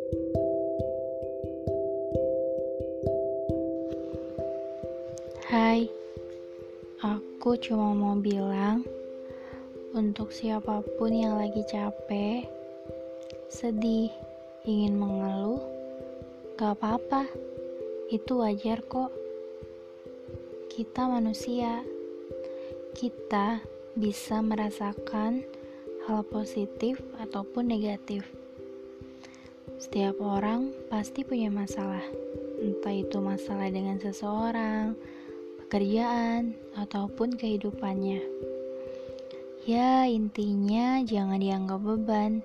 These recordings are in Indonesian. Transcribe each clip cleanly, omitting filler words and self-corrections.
Hai, aku cuma mau bilang untuk siapapun yang lagi capek, sedih, ingin mengeluh, gak apa-apa, itu wajar kok. Kita manusia, kita bisa merasakan hal positif ataupun negatif. Setiap orang pasti punya masalah, entah itu masalah dengan seseorang, pekerjaan, ataupun kehidupannya. Ya, intinya jangan dianggap beban.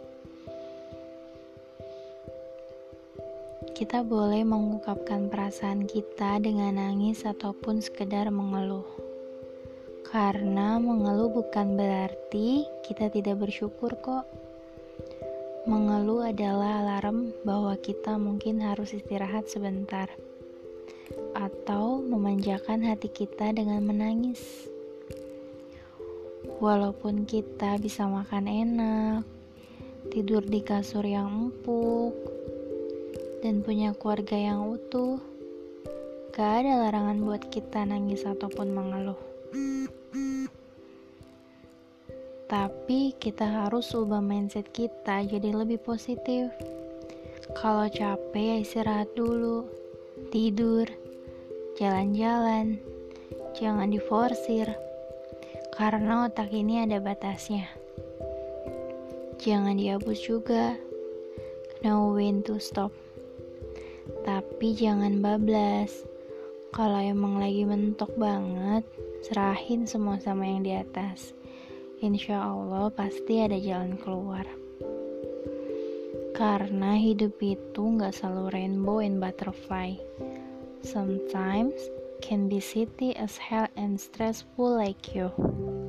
Kita boleh mengungkapkan perasaan kita dengan nangis ataupun sekedar mengeluh. Karena mengeluh bukan berarti kita tidak bersyukur kok. Mengeluh adalah alarm bahwa kita mungkin harus istirahat sebentar, atau memanjakan hati kita dengan menangis. Walaupun kita bisa makan enak, tidur di kasur yang empuk, dan punya keluarga yang utuh, gak ada larangan buat kita nangis ataupun mengeluh. Tapi kita harus ubah mindset kita jadi lebih positif. Kalau capek ya istirahat dulu, tidur, jalan-jalan, jangan diforsir, karena otak ini ada batasnya. Jangan dihapus juga, know when to stop. Tapi jangan bablas. Kalau emang lagi mentok banget, serahin semua sama yang di atas. Insya Allah pasti ada jalan keluar. Karena hidup itu gak selalu rainbow and butterfly. Sometimes can be city as hell and stressful like you.